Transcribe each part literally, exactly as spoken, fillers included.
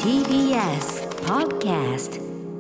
ティービーエス Podcast。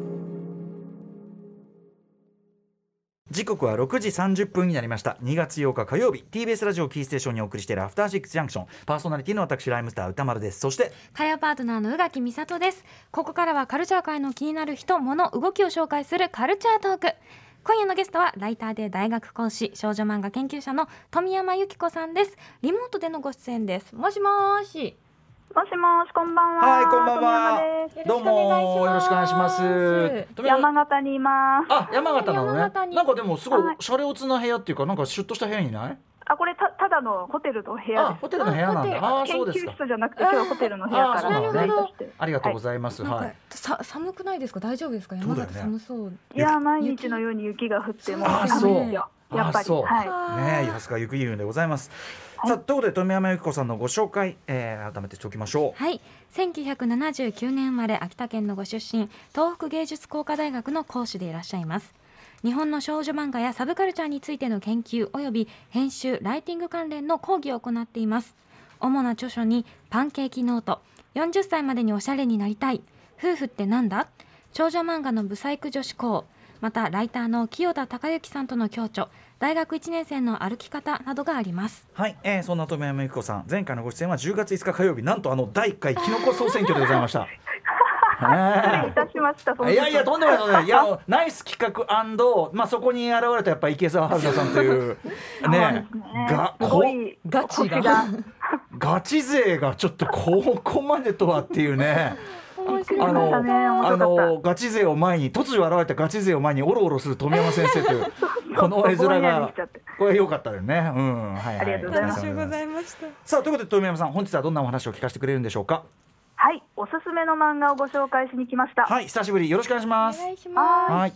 時刻はろくじさんじゅっぷんになりました。にがつようか火曜日、 ティービーエス ラジオキーステーションにお送りしているアフターシックスジャンクション、パーソナリティの私ライムスター歌丸です。そして火曜パートナーの宇垣美里です。ここからはカルチャー界の気になる人、物、動きを紹介するカルチャートーク。今夜のゲストはライターで大学講師、少女漫画研究者の富山由紀子さんです。リモートでのご出演です。もしもーし。 もしもし、こんばんは。 はい、こんばんは。どうもよろしくお願いします。 よろしくお願いします。 山形にいます。 あ、山形なのね。 山形になんかでもすごいはいシャレオツな部屋っていうか、なんかシュッとした部屋にない？ あ、これ た, ただのホテルの部屋あ、 です。 ホテルの部屋なんだ。ああ、 研究そうですか。 室じゃなくて今日はホテルの部屋からあーそうなのね出演として。 ありがとうございます。 なんか、 はい。 さ寒くないですか？大丈夫ですか？山形そうだよね寒そう。 いや、毎日のように雪が降ってもうあ寒いですよ。 そうやっぱり。 あそうはねえ、さすが雪優でございます。 はいさあ、ということで富山由紀子さんのご紹介、えー、改めてしておきましょう。 はい、せんきゅうひゃくななじゅうきゅうねん生まれ、秋田県のご出身、東北芸術工科大学の講師でいらっしゃいます。日本の少女漫画やサブカルチャーについての研究および編集、ライティング関連の講義を行っています。主な著書にパンケーキノート、よんじゅっさいまでにおしゃれになりたい、夫婦ってなんだ、少女漫画のブサイク女子校、またライターの清田孝之さんとの共著、大学いちねん生の歩き方などがあります。 はい、えー、そんな富山由紀子さん、前回のご出演はじゅうがついつか火曜日、なんとあのだいいっかいキノコ総選挙でございました。 い。失礼いたしました。 いやいや、とんでもないとんでもない。いや、あのナイス企画、まあ、そこに現れたやっぱ池澤春菜さんというねがすごいガチが星がガチ勢がちょっとここまでとはっていうね。 面白いあの面白かったね面あ白かったのガチ勢を前に突如現れたガチ勢を前にオロオロする富山先生というこの絵面ぼんやりがしちゃってこれ良かったよね。うん、はいはい、 ありがとうございますお疲れ様でいました。 さあ、ということで富山さん、本日はどんなお話を聞かせてくれるんでしょうか。 はい、おすすめの漫画をご紹介しに来ました。 はい、久しぶり、よろしくお願いしおます。 願いします。 はい。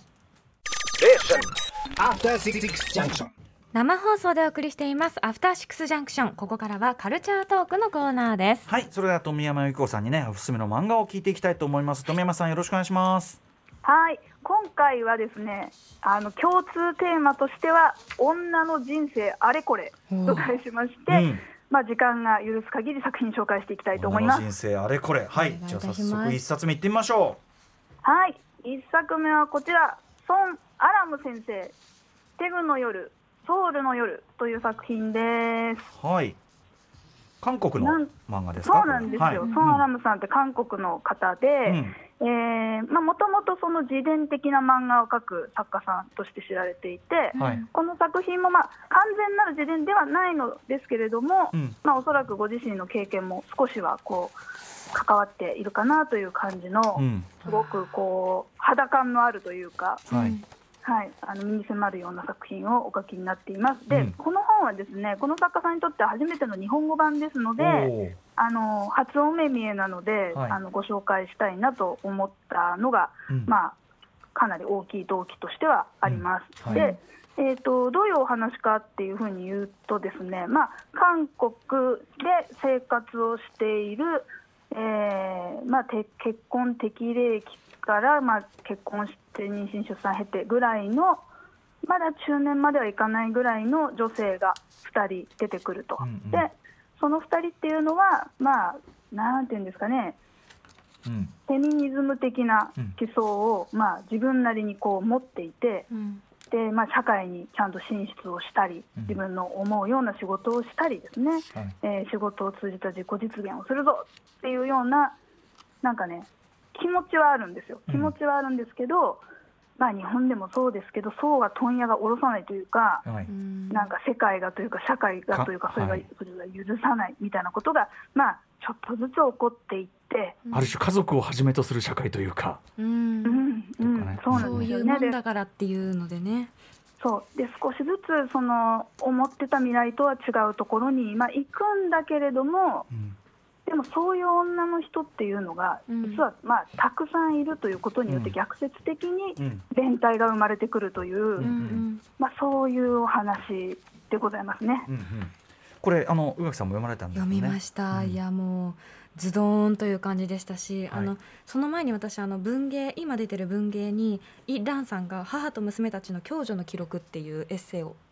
After Six Junction. 生放送でお送りしていますアフターシックスジャンクション。ここからはカルチャートークのコーナーです。 はい、それでは富山由紀子さんにね、おすすめの漫画を聞いていきたいと思います。富山さん、よろしくお願いします。 はい、今回はですね、あの共通テーマとしては女の人生あれこれと題しまして、 うんまあ、時間が許す限り作品紹介していきたいと思います。 女の人生あれこれ、はい、 お願いいじゃあ早たします速一冊目いってみましょはい、一作目はこちら、ソン・アラム先生、テグの夜、ソウルの夜という作品です。 う。はい、韓国の漫画ですか。 そうなんですよ、 はい、 ソン・アラムさんって韓国の方で、 うんえーまあ、もともとその自伝的な漫画を描く作家さんとして知られていて、 はいこの作品もまあ完全なる自伝ではないのですけれども、 うんまあ、おそらくご自身の経験も少しはこう関わっているかなという感じの、 うんすごくこう肌感のあるというか、 はいはい、あの身に迫るような作品をお書きになっています。で、 うんこの本はですね、この作家さんにとっては初めての日本語版ですので、 おーあの初お目見えなので、 はいあのご紹介したいなと思ったのが、 うんまあ、かなり大きい動機としてはあります。 うんはいで、えー、とどういうお話かっていうふうに言うとですね、まあ、韓国で生活をしている、えーまあ、て結婚適齢期から、まあ、結婚して妊娠出産経てぐらいの、まだ中年まではいかないぐらいの女性がふたり出てくると、 うんうんでそのふたりっていうのは、まあ、なんていうんですかね、 うんフェミニズム的な思想を、まあ、自分なりにこう持っていて、 うんでまあ、社会にちゃんと進出をしたり、 うん自分の思うような仕事をしたりですね、 はいえー仕事を通じた自己実現をするぞっていうような、なんかね、気持ちはあるんですよ。気持ちはあるんですけど、まあ、日本でもそうですけど、そうは問屋が下ろさないというか、 はいうんなんか世界がというか社会がというか、それがはいそれが許さないみたいなことが、まあ、ちょっとずつ起こっていって、 ある種家族をはじめとする社会というか。 うんうんうんねそうなそうんですよね。でいうもんだからっていうのでね。 そうで少しずつその思ってた未来とは違うところに、まあ、行くんだけれども、 うんでもそういう女の人っていうのがうん実は、まあ、たくさんいるということによってうん逆説的にうん連帯が生まれてくるという、 うんうんまあ、そういうお話でございますね。 うんうん、これあの宇垣さんも読まれたんですよね。 読みました、 うんいやもうズドーンという感じでしたし、 はいあのその前に私あの文芸今出てる文芸にイ・ランさんが母と娘たちの共助の記録っていうエッセイを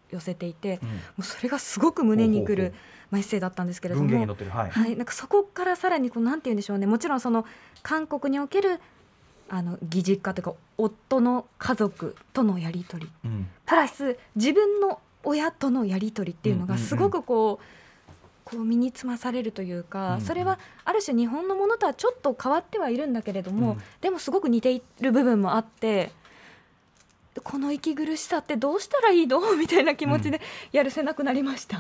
寄せていて、 うん、 もうそれがすごく胸にくるまあエッセイだったんですけれども、 文芸に載ってる、はいはい、なんかそこからさらにこうなんて言うんでしょうね、もちろんその韓国におけるあの義実家というか夫の家族とのやり取り、 うん、 プラス自分の親とのやり取りっていうのがすごくこう、こう身につまされるというか、 うん、 それはある種日本のものとはちょっと変わってはいるんだけれども、 うん、 でもすごく似ている部分もあって、この息苦しさってどうしたらいいのみたいな気持ちでやるせなくなりました、うん、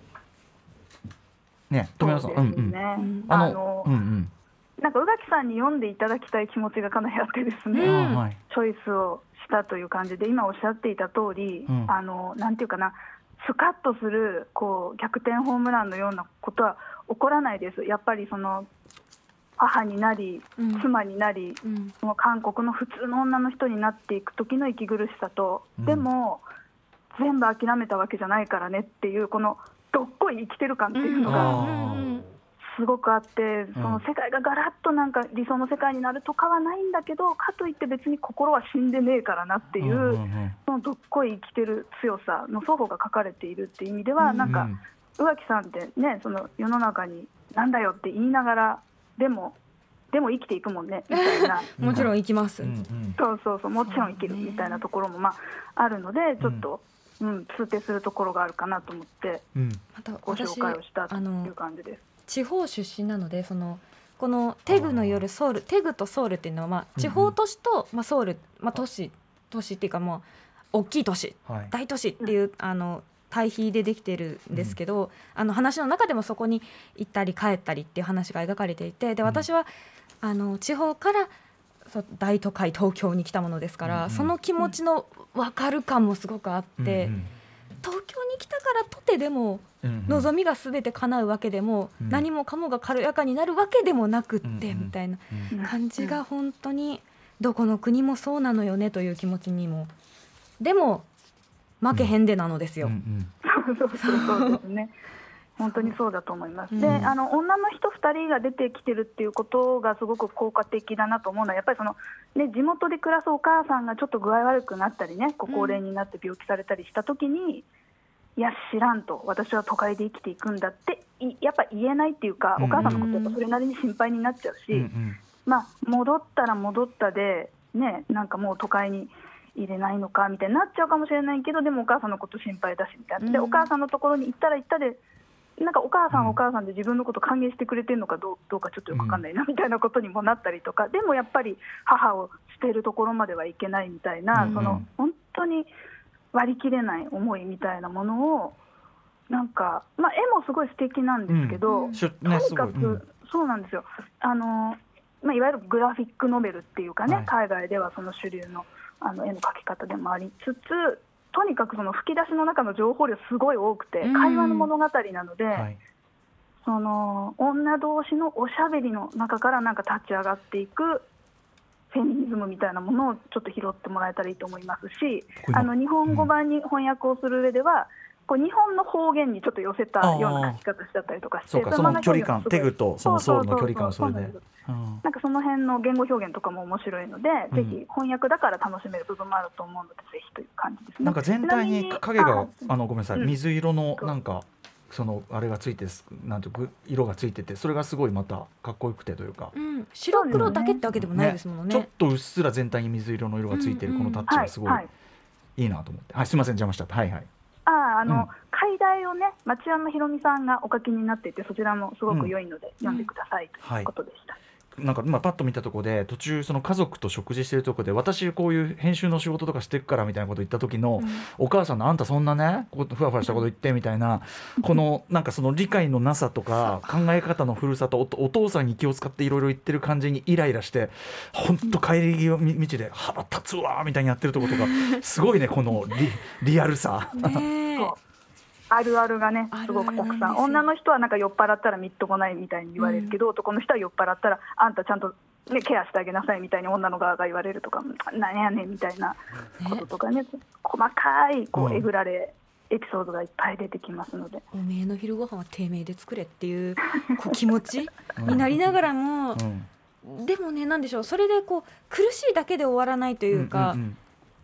ね、富山さん、 そうですね、 うんうん、 あの、 うんうん、 なんか宇垣さんに読んでいただきたい気持ちがかなりあってですね、 うん、 はい、 チョイスをしたという感じで、今おっしゃっていた通り、 うん、 あのなんていうかな、スカッとするこう逆転ホームランのようなことは起こらないです。やっぱりその母になり、 うん、 妻になり、うん、その韓国の普通の女の人になっていく時の息苦しさと、うん、でも全部諦めたわけじゃないからねっていうこのどっこい生きてる感っていうのがすごくあって、その世界がガラッとなんか理想の世界になるとかはないんだけど、かといって別に心は死んでねえからなっていう、うんうんうん、そのどっこい生きてる強さの双方が書かれているっていう意味では、うんうん、なんか宇垣さんってね、その世の中になんだよって言いながらでもでも生きていくもんねみたいなもちろん生きます、 うんうん、 そうそうそう、もちろん生きるみたいなところもまああるので、ちょっと、うんうん、通底するところがあるかなと思って、うん、またご紹介をしたという感じです。 地方出身なので、そのこのテグの夜ソウル、テグとソウルっていうのは、まあ、地方都市と、まあ、ソウル、まあ、都市都市っていうかもう大きい都市、はい、大都市っていう、うん、あの対比でできてるんですけど、うん、あの話の中でもそこに行ったり帰ったりっていう話が描かれていて、で私は、うん、あの地方から大都会東京に来たものですから、うん、その気持ちの分かる感もすごくあって、うんうん、東京に来たからとてでも望みが全て叶うわけでも、うん、何もかもが軽やかになるわけでもなくって、うん、みたいな感じが本当にどこの国もそうなのよねという気持ちにも、でも負けへんでなのですよ、うんうん、そうそうそうですね本当にそうだと思います、うん、であの女の人ふたりが出てきてるっていうことがすごく効果的だなと思うのは、やっぱりその、ね、地元で暮らすお母さんがちょっと具合悪くなったりね、ご高齢になって病気されたりした時に、うん、いや知らんと、私は都会で生きていくんだってやっぱ言えないっていうか、お母さんのことやっぱそれなりに心配になっちゃうし、うんうん、まあ、戻ったら戻ったで、ね、なんかもう都会に入れないのかみたいになっちゃうかもしれないけど、でもお母さんのこと心配だしみたいな、でお母さんのところに行ったら行ったで、なんかお母さんはお母さんで自分のこと歓迎してくれてるのかどう、どうかちょっとよく分かんないなみたいなことにもなったりとか、でもやっぱり母を捨てるところまではいけないみたいな、うんうん、その本当に割り切れない思いみたいなものをなんか、まあ、絵もすごい素敵なんですけど、うん、とにかく、うん、そうなんですよ、あの、まあ、いわゆるグラフィックノベルっていうかね、はい、海外ではその主流の、あの絵の描き方でもありつつ、とにかくその吹き出しの中の情報量すごい多くて、会話の物語なので、はい、その女同士のおしゃべりの中からなんか立ち上がっていくフェミニズムみたいなものをちょっと拾ってもらえたらいいと思いますし、あの日本語版に翻訳をする上では、こう日本の方言にちょっと寄せたような書き方しちゃったりとかして、 そうか、その距離感、テグとそのソウルの距離感をそれで、 なんかその辺の言語表現とかも面白いので、うん、ぜひ翻訳だから楽しめる部分もあると思うので、ぜひという感じですね。 なんか全体に影が、あのごめんなさい、水色のなんかそのあれがついて、なんていう色がついてて、それがすごいまたかっこよくてというか、 うん、白黒だけってわけでもないですもんね。 ね、ちょっとうっすら全体に水色の色がついてるこのタッチがすごいいいなと思って、はいはい、すみません邪魔しちゃった。はいはい。 ああの、うん、解題をね、町山ひろみさんがお書きになっていて、そちらもすごく良いので、うん、読んでくださいということでした。はい、 なんか今パッと見たところで、途中その家族と食事してるところで、私こういう編集の仕事とかしてるからみたいなこと言った時の、うん、お母さんのあんたそんなねこうふわふわしたこと言ってみたいな、うん、このなんかその理解のなさとか考え方の古さと お, お父さんに気を使っていろいろ言ってる感じにイライラして、本当帰り道で腹立つわみたいにやってるところとかすごいね、この リ, リアルさ。 ねあるあるがねすごくたくさん、女の人はなんか酔っ払ったらみっともないみたいに言われるけど、うん、男の人は酔っ払ったらあんたちゃんと、ね、ケアしてあげなさいみたいに女の側が言われるとか、なんやねんみたいなこととかね、細かいこうえぐられ、うん、エピソードがいっぱい出てきますので、 おめえの昼ご飯はてめえで作れっていう、こう気持ちになりながらも、うん、でもね、なんでしょう、それでこう苦しいだけで終わらないというか、うんうんうん、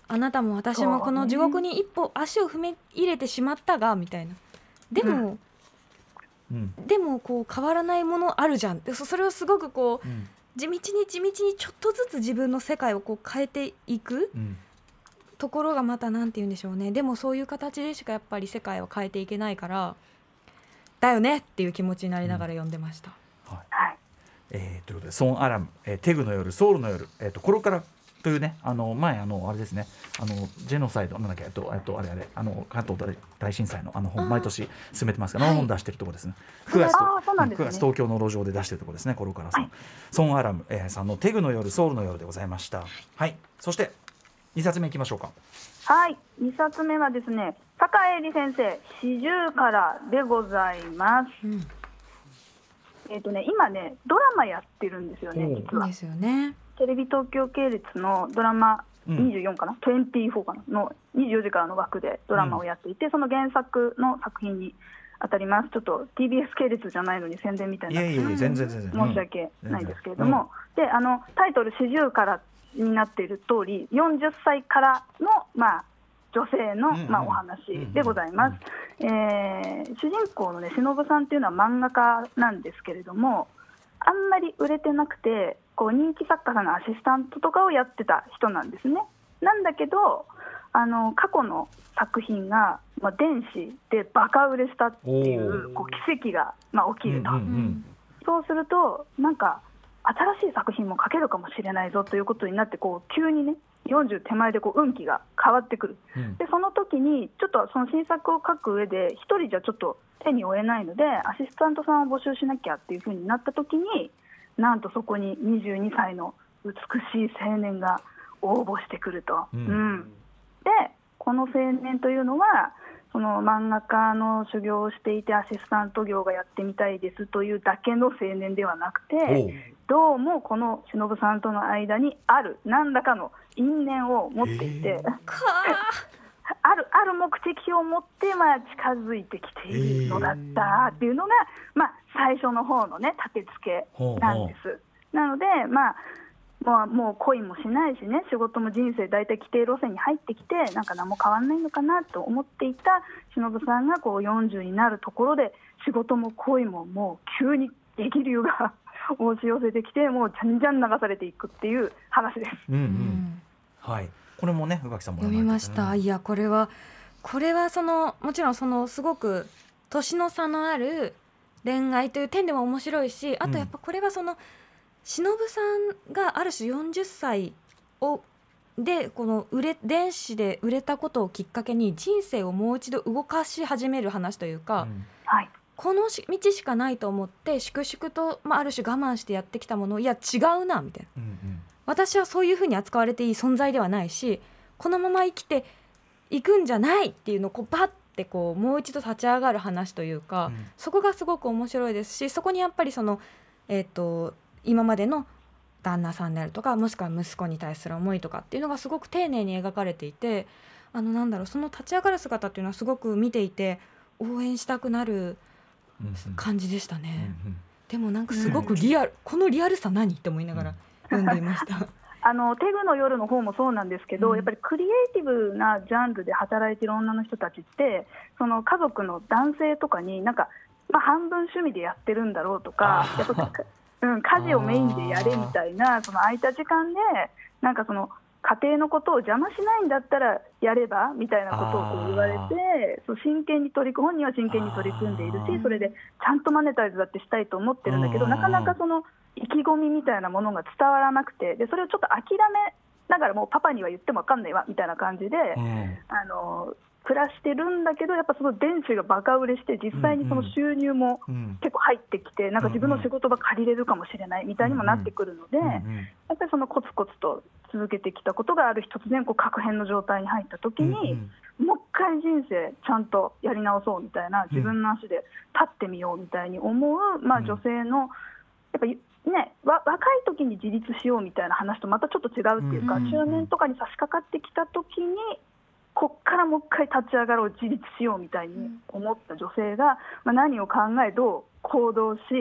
あなたも私もこの地獄に一歩足を踏み入れてしまったがみたいな、でも、うん、でもこう変わらないものあるじゃんって、それをすごくこう、うん、地道に地道にちょっとずつ自分の世界をこう変えていく、うん、ところがまたなんて言うんでしょうね。でもそういう形でしかやっぱり世界を変えていけないからだよねっていう気持ちになりながら読んでました、 うん、はい、えー、ということでソン・アラム、えー、テグの夜ソウルの夜、えー、とこれからというね、あの前あのあれですね、あのジェノサイドなんだっけ、えっとえっとあれあれあの関東大震災のあの本毎年進めてますから、はい、本出してるところですね。くがつと、ね、くがつ東京の路上で出してるところですね。コロからさん、はい、ソン・アラム、えー、さんのテグの夜ソウルの夜でございました。はい。そしてにさつめいきましょうか。 はい、にさつめはですね、坂井絵里先生四十からでございます、うん、えっとね今ねドラマやってるんですよね。実はですよね。 テレビ東京系列のドラマにじゅうよんかな、うん、にじゅうよんかなのにじゅうよじからの枠でドラマをやっていて、うん、その原作の作品に当たります。ちょっと ティービーエス 系列じゃないのに宣伝みたいになって申し訳ないですけれども、うん、であのタイトル四十からになっている通りよんじゅっさいからの、まあ、女性の、まあ、お話でございます、えー、主人公のね忍さんっていうのは漫画家なんですけれども、あんまり売れてなくてこう人気作家さんのアシスタントとかをやってた人なんですね。なんだけどあの過去の作品が、まあ、電子でバカ売れしたっていう、こう奇跡が、まあ、起きると、うんうんうん、そうするとなんか新しい作品も書けるかもしれないぞということになって、こう急にねよんじゅう手前でこう運気が変わってくる、うん、でその時にちょっとその新作を書く上で一人じゃちょっと手に負えないのでアシスタントさんを募集しなきゃっていう風になった時に、なんとそこににじゅうにさいの美しい青年が応募してくると、うんうん、でこの青年というのはその漫画家の修行をしていてアシスタント業がやってみたいですというだけの青年ではなくて、どうもこの忍さんとの間にある何らかの因縁を持っていて、あるある目的を持って、まあ、近づいてきているのだったっていうのが、まあ、最初の方のね立て付けなんです。ほうほう。なので、まあもう、もう恋もしないしね、仕事も人生大体規定路線に入ってきてなんか何も変わんないのかなと思っていた忍さんがこうよんじゅうになるところで仕事も恋ももう急に激流が押し寄せてきて、もうじゃんじゃん流されていくっていう話です、 うんうん、はい。これもね宇垣さんも読みました。いやこれはこれはそのもちろんそのすごく年の差のある恋愛という点でも面白いし、あとやっぱこれはその、うん、忍さんがある種よんじゅっさいをでこの売れ電子で売れたことをきっかけに人生をもう一度動かし始める話というか、うんはい、この道しかないと思って粛々と、まあ、ある種我慢してやってきたものをいや違うなみたいな、うんうん、私はそういうふうに扱われていい存在ではないしこのまま生きていくんじゃないっていうのをこうバッてこうもう一度立ち上がる話というか、うん、そこがすごく面白いですし、そこにやっぱりその、えーと今までの旦那さんであるとかもしくは息子に対する思いとかっていうのがすごく丁寧に描かれていて、あのなんだろうその立ち上がる姿っていうのはすごく見ていて応援したくなる感じでしたね、うんうん、でもなんかすごくリアル、うん、このリアルさ何って思いながら読んでいましたあのテグの夜の方もそうなんですけど、うん、やっぱりクリエイティブなジャンルで働いている女の人たちってその家族の男性とかになんか、まあ、半分趣味でやってるんだろうとかやっぱうん、家事をメインでやれみたいなその空いた時間でなんかその家庭のことを邪魔しないんだったらやればみたいなことをこう言われて、そう真剣に取り組む本人は真剣に取り組んでいるしそれでちゃんとマネタイズだってしたいと思ってるんだけどなかなかその意気込みみたいなものが伝わらなくてでそれをちょっと諦めながらもうパパには言っても分かんないわみたいな感じで、うん、あの暮らしてるんだけどやっぱその電子がバカ売れして実際にその収入も結構入ってきてなんか自分の仕事場借りれるかもしれないみたいにもなってくるのでやっぱりそのコツコツと続けてきたことがある日突然こう確変の状態に入った時にもう一回人生ちゃんとやり直そうみたいな自分の足で立ってみようみたいに思う、まあ、女性のやっぱりね、わ若い時に自立しようみたいな話とまたちょっと違うっていうか中年とかに差し掛かってきた時にこっからもう一回立ち上がろう自立しようみたいに思った女性が、まあ、何を考えどう行動し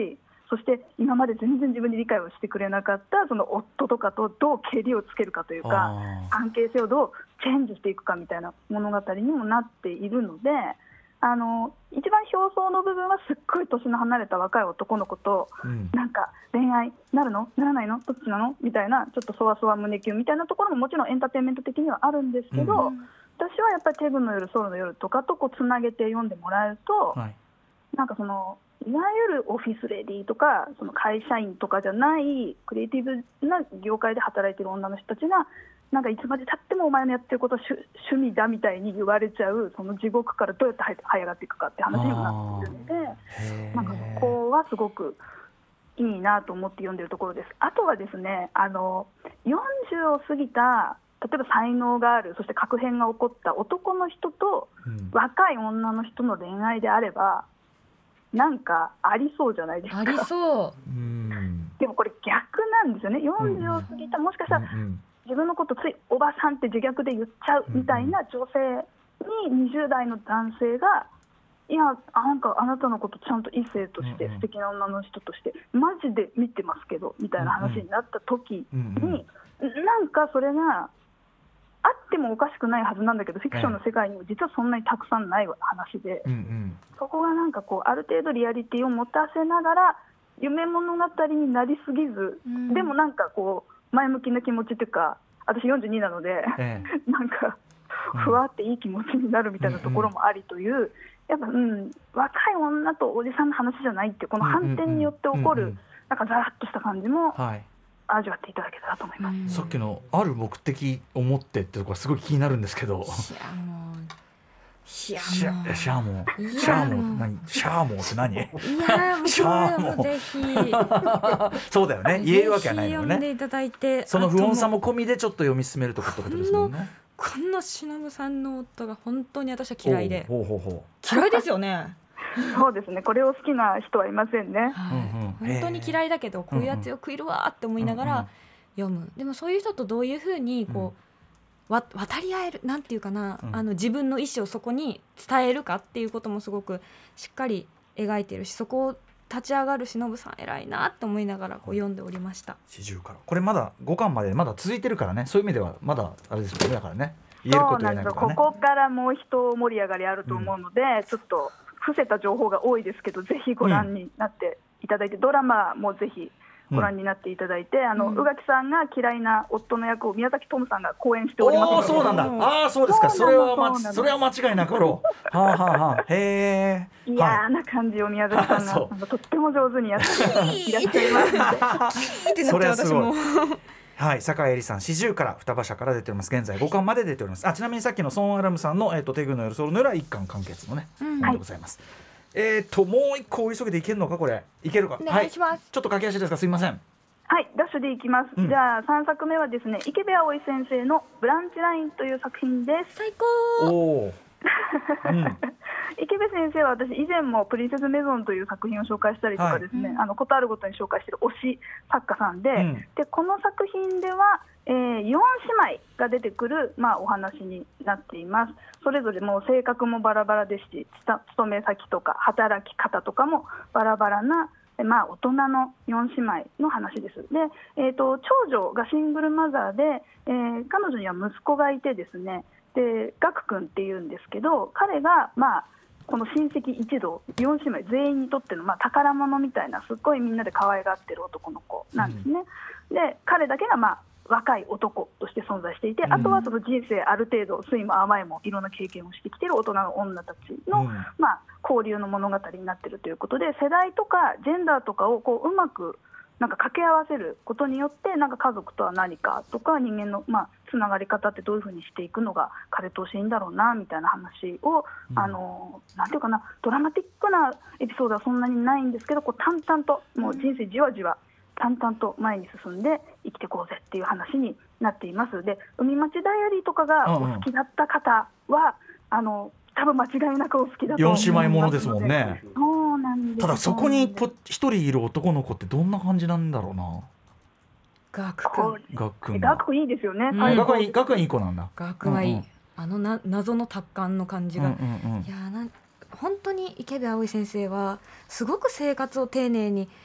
そして今まで全然自分に理解をしてくれなかったその夫とかとどうケリをつけるかというか、関係性をどうチェンジしていくかみたいな物語にもなっているので、あの一番表層の部分はすっごい年の離れた若い男の子と、うん、なんか恋愛なるのならないのどっちなのみたいな、ちょっとそわそわ胸キュンみたいなところももちろんエンターテインメント的にはあるんですけど、うん、私はやっぱりテグの夜ソウルの夜とかとこうつなげて読んでもらえると、はい、なんかそのいわゆるオフィスレディとかその会社員とかじゃないクリエイティブな業界で働いている女の人たちがなんかいつまでたってもお前のやってることは趣味だみたいに言われちゃうその地獄からどうやって這い上がっていくかって話にもなっているので、なんかそこはすごくいいなと思って読んでいるところです。あとはですね、あのよんじゅうを過ぎた例えば才能がある、そして確変が起こった男の人と若い女の人の恋愛であれば、なんかありそうじゃないですか。 ありそう。 でもこれ逆なんですよね。よんじゅうを過ぎた、もしかしたら自分のことついおばさんって自虐で言っちゃうみたいな女性ににじゅう代の男性が、いやなんかあなたのことちゃんと異性として素敵な女の人としてマジで見てますけどみたいな話になった時に、なんかそれがあってもおかしくないはずなんだけど、フィクションの世界にも実はそんなにたくさんない話で、うんうん、そこがなんかこうある程度リアリティを持たせながら夢物語になりすぎず、うん、でもなんかこう前向きな気持ちというか、私よんじゅうになので、ええ、なんかふわっていい気持ちになるみたいなところもありという、うんうん、やっぱ、うん、若い女とおじさんの話じゃないっていうこの反転によって起こる、うんうんうん、なんかザラッとした感じも、はい、味わっていただけたらと思います、うん、 さっきのある目的を持ってってところがすごい気になるんですけど、 シャモシャモシャモシャモ何シャモって何？いやもうシャモぜひそうだよね、言えるわけはないのね。 読んでいただいて、 その不穏さも込みでちょっと読み進めるとかってことですもんね。 この忍さんの夫が本当に私は嫌いで、 ほうほうほう嫌いですよね。 そうですね、これを好きな人はいませんね、 はい、うんうん、本当に嫌いだけどこういうやつよくいるわって思いながら読む、うんうん、でもそういう人とどういうふうにこう、うん、わ渡り合えるなんていうかな、うん、あの自分の意思をそこに伝えるかっていうこともすごくしっかり描いているし、そこを立ち上がる忍さん偉いなと思いながらこう読んでおりました。 四十からこれまだごかんまでまだ続いてるからね、そういう意味ではまだあれですもんね、だからね、言えること言えないからね。 ここからもう一盛り上がりあると思うので、うん、ちょっと伏せた情報が多いですけどぜひご覧になっていただいて、うん、ドラマもぜひご覧になっていただいて、うん、あの宇垣さんが嫌いな夫の役を宮崎トムさんが講演しておりますので。 おそうなんだ、ああそうですか、それはまそれは間違いなかろうはあはあはあ、へえ、 嫌な感じを宮崎さんが、はい、とっても上手にやっていらっしゃいますのでそれはすごいはい、坂井絵里さん四十から双葉社から出ております。現在ごかんまで出ております。あちなみにさっきのソン・アラムさんの、えー、とテグの夜ソウルの夜はいっかん完結のね、うん、でございます、はい、えーともう一個急げていけるのか、これいけるか、 お願いします、 はい、ちょっと駆け足ですか、すみません。 はい、ダッシュでいきます、うん、じゃあさんさくめはですね、池部葵先生のブランチラインという作品です。 最高おーうん、 池部先生は私以前もプリンセスメゾンという作品を紹介したりとかですね、はい、あのことあるごとに紹介している推し作家さんで、うん、でこの作品では、えー、よん姉妹が出てくる、まあ、お話になっています。それぞれもう性格もバラバラですし、勤め先とか働き方とかもバラバラな、まあ、大人のよん姉妹の話です。で、えーと、長女がシングルマザーで、えー、彼女には息子がいてですね、でガク君っていうんですけど、彼が、まあ、この親戚一同よん姉妹全員にとっての、まあ、宝物みたいなすっごいみんなで可愛がってる男の子なんですね、うん、で彼だけが、まあ、若い男として存在していて、うん、あとはその人生ある程度酸いも甘いもいろんな経験をしてきている大人の女たちの、うん、まあ、交流の物語になっているということで、世代とかジェンダーとかをこううまくなんか掛け合わせることによって、なんか家族とは何かとか人間の、まあ、つながり方ってどういうふうにしていくのが彼としていいんだろうなみたいな話を、うん、あのなんていうかな、ドラマティックなエピソードはそんなにないんですけど、こう淡々ともう人生じわじわ淡々と前に進んで生きていこうぜっていう話になっています。で、海町ダイアリーとかがお好きだった方は、うんうん、あの多分間違いなくお好きだと思いますので。よん姉妹ものですもんね。そうなんです。 ただそこに一人いる男の子ってどんな感じなんだろうな。 ガク君ガク君ガク君いいですよね、うん、 ガク君いい、ガク君いい子なんだ。 ガク君はいい、うんうん、あのな謎の達観の感じが、うんうんうん、いやなん本当に池部葵先生はすごく生活を丁寧に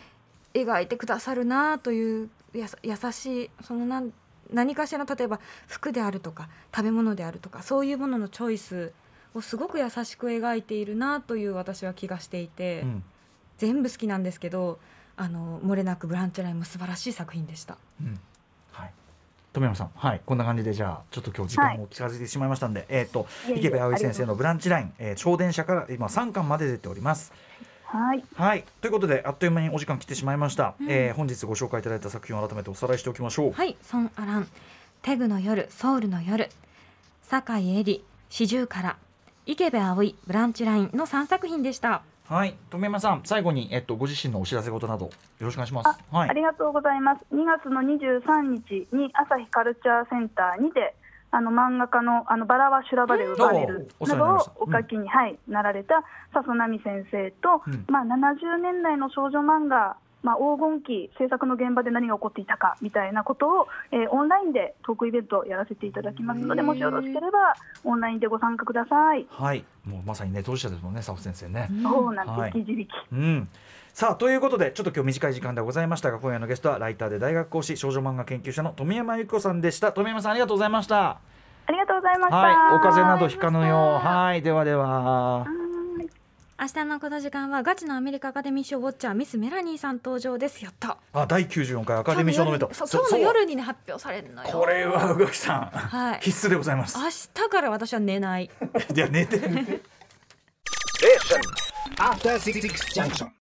描いてくださるなというやさ優しいその何何かしらの例えば服であるとか食べ物であるとかそういうもののチョイスをすごく優しく描いているなという私は気がしていて、うん、全部好きなんですけどあの漏れなくブランチラインも素晴らしい作品でした、うんはい、富山さん、はい、こんな感じでじゃあちょっと今日時間も近づいてしまいましたんで、はい、えー、と池部葵先生のブランチライン、えー、超電車から今さんかんまで出ております。 はい、 はい、ということであっという間にお時間来てしまいました、うんえー、本日ご紹介いただいた作品を改めておさらいしておきましょう。 はい、ソン・アラン、テグの夜、ソウルの夜、酒井絵里、四十から池部葵、ブランチラインのさんさく品でした。 はい、富山さん最後に、えっと、ご自身のお知らせ事などよろしくお願いします。 あ、 はい、 ありがとうございます。にがつのにじゅうさんにちに朝日カルチャーセンターにてあの漫画家のあのバラは修羅場で奪われるなどをお書きに、うんはい、なられた笹奈美先生と、うんまあ、ななじゅうねんだいの少女漫画、まあ、黄金期制作の現場で何が起こっていたかみたいなことを、えー、オンラインでトークイベントをやらせていただきますのでもしよろしければオンラインでご参加ください。 はい、もうまさにね当事者ですもんね佐保先生ね。 そうなんです、はい、生き字引、 うんさあということでちょっと今日短い時間でございましたが今夜のゲストはライターで大学講師少女漫画研究者の富山由紀子さんでした。富山さんありがとうございました。 ありがとうございました。 はい、お風邪などひかぬよう。はい、ではでは。 明日のこの時間はガチのアメリカアカデミー賞ウォッチャーミスメラニーさん登場です。やった。 あ、だいきゅうじゅうよんかいアカデミー賞ノミネート。 今日の夜に、ね、発表されるのよ。 これは宇垣さん、はい、必須でございます。 明日から私は寝ない。 いや寝て。